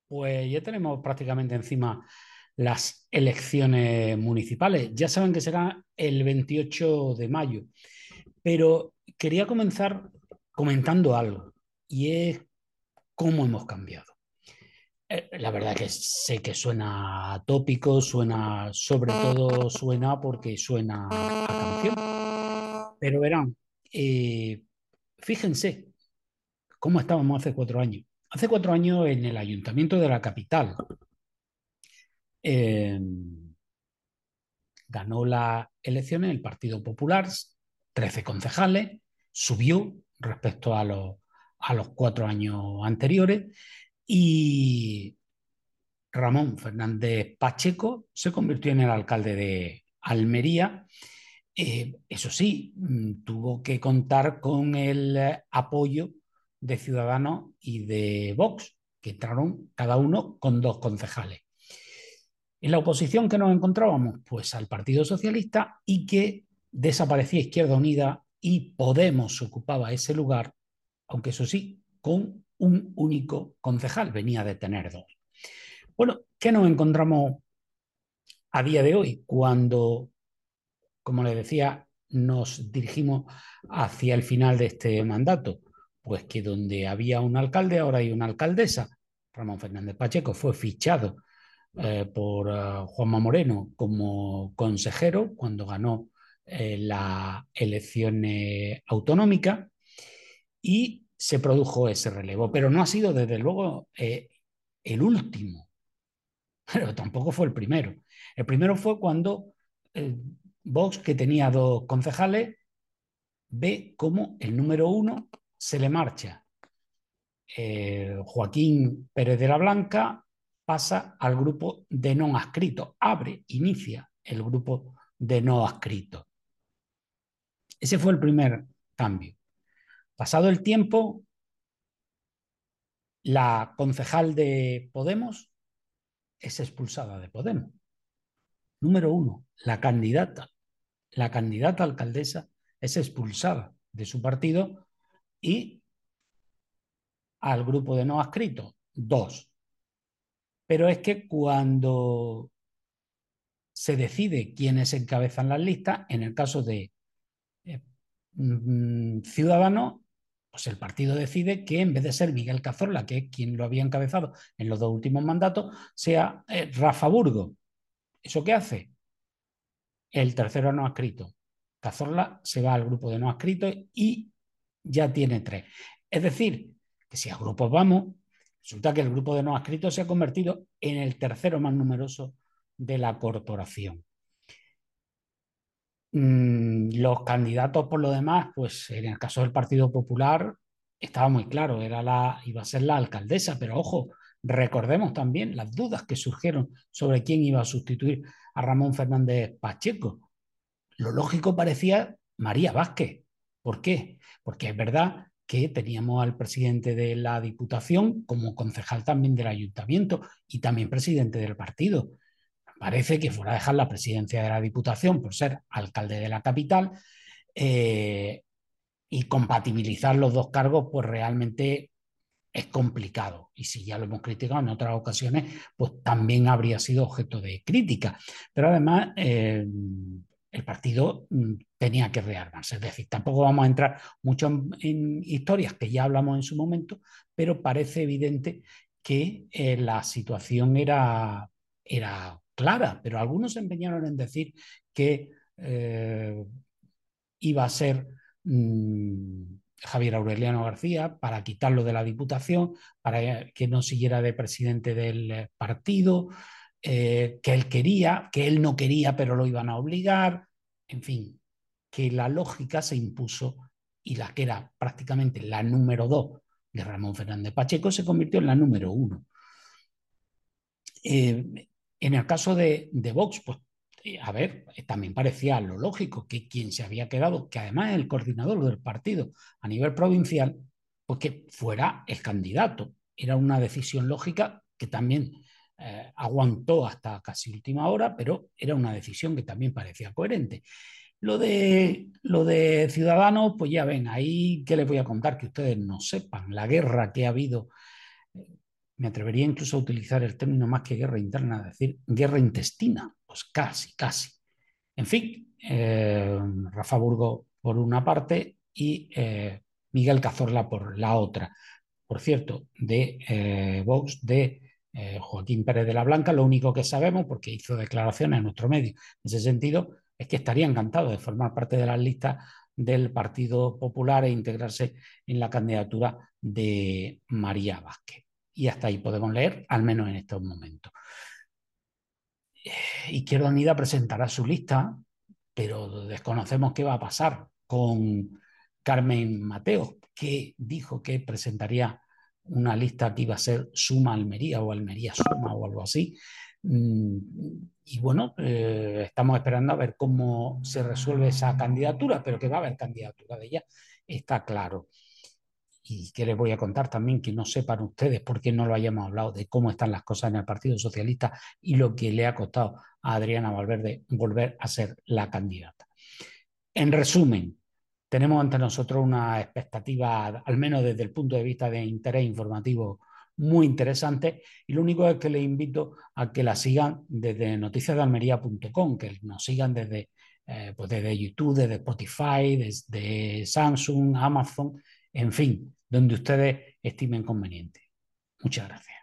Pues ya tenemos prácticamente encima las elecciones municipales. Ya saben que será el 28 de mayo, pero quería comenzar comentando algo y es cómo hemos cambiado. La verdad que sé que suena tópico, suena, sobre todo suena porque suena a canción, pero verán, eh, fíjense cómo estábamos hace 4 años. Hace 4 años en el ayuntamiento de la capital, eh, ganó las elecciones el Partido Popular, 13 concejales, subió respecto a los 4 años anteriores y Ramón Fernández Pacheco se convirtió en el alcalde de Almería. Eso sí, tuvo que contar con el apoyo de Ciudadanos y de Vox, que entraron cada uno con dos concejales. En la oposición que nos encontrábamos, pues al Partido Socialista y que desaparecía Izquierda Unida y Podemos ocupaba ese lugar, aunque eso sí, con un único concejal, venía de tener dos. Bueno, ¿qué nos encontramos a día de hoy cuando, como les decía, nos dirigimos hacia el final de este mandato? Pues que donde había un alcalde, ahora hay una alcaldesa. Ramón Fernández Pacheco fue fichado por Juanma Moreno como consejero cuando ganó la elección autonómica y se produjo ese relevo. Pero no ha sido, desde luego, el último, pero tampoco fue el primero. El primero fue cuando eh, Vox, que tenía dos concejales, ve cómo el número uno se le marcha. Joaquín Pérez de la Blanca pasa al grupo de no adscritos, inicia el grupo de no adscritos. Ese fue el primer cambio. Pasado el tiempo, la concejal de Podemos es expulsada de Podemos. Número uno, la candidata alcaldesa es expulsada de su partido y al grupo de no adscritos, dos. Pero es que cuando se decide quiénes encabezan las listas, en el caso de eh, Ciudadanos, pues el partido decide que en vez de ser Miguel Cazorla, que es quien lo había encabezado en los dos últimos mandatos, sea Rafa Burgo. ¿Eso qué hace? El tercero no adscrito. Cazorla se va al grupo de no adscritos y ya tiene tres. Es decir, que si a grupos vamos, resulta que el grupo de no adscritos se ha convertido en el tercero más numeroso de la corporación. Los candidatos, por lo demás, pues en el caso del Partido Popular estaba muy claro, iba a ser la alcaldesa, pero ojo, recordemos también las dudas que surgieron sobre quién iba a sustituir a Ramón Fernández Pacheco. Lo lógico parecía María Vázquez. ¿Por qué? Porque es verdad que teníamos al presidente de la Diputación como concejal también del ayuntamiento y también presidente del partido. Parece que fuera a dejar la presidencia de la Diputación por ser alcalde de la capital eh, y compatibilizar los dos cargos, pues realmente es complicado. Y si ya lo hemos criticado en otras ocasiones, pues también habría sido objeto de crítica. Pero además, el partido tenía que rearmarse. Es decir, tampoco vamos a entrar mucho en historias que ya hablamos en su momento, pero parece evidente que la situación era clara. Pero algunos se empeñaron en decir que iba a ser Javier Aureliano García para quitarlo de la Diputación, para que no siguiera de presidente del partido, que él quería, que él no quería, pero lo iban a obligar, en fin, que la lógica se impuso y la que era prácticamente la número dos de Ramón Fernández Pacheco se convirtió en la número uno. En el caso de Vox, pues a ver, también parecía lo lógico que quien se había quedado, que además es el coordinador del partido a nivel provincial, pues que fuera el candidato. Era una decisión lógica que también aguantó hasta casi última hora, pero era una decisión que también parecía coherente. Lo de Ciudadanos, pues ya ven, ahí que les voy a contar que ustedes no sepan la guerra que ha habido me atrevería incluso a utilizar el término más que guerra interna, decir guerra intestina, pues casi, casi. En fin, Rafa Burgos por una parte y Miguel Cazorla por la otra. Por cierto, de Vox, de Joaquín Pérez de la Blanca, lo único que sabemos, porque hizo declaraciones en nuestro medio en ese sentido, es que estaría encantado de formar parte de las listas del Partido Popular e integrarse en la candidatura de María Vázquez. Y hasta ahí podemos leer, al menos en estos momentos. Izquierda Unida presentará su lista, pero desconocemos qué va a pasar con Carmen Mateo, que dijo que presentaría una lista que iba a ser Suma Almería o Almería Suma o algo así. Y bueno, estamos esperando a ver cómo se resuelve esa candidatura, pero que va a haber candidatura de ella, está claro. Y que les voy a contar también, que no sepan ustedes, porque no lo hayamos hablado, de cómo están las cosas en el Partido Socialista y lo que le ha costado a Adriana Valverde volver a ser la candidata. En resumen, tenemos ante nosotros una expectativa, al menos desde el punto de vista de interés informativo, muy interesante, y lo único es que les invito a que la sigan desde noticiasdealmería.com, que nos sigan desde, pues desde YouTube, desde Spotify, desde Samsung, Amazon, en fin, donde ustedes estimen conveniente. Muchas gracias.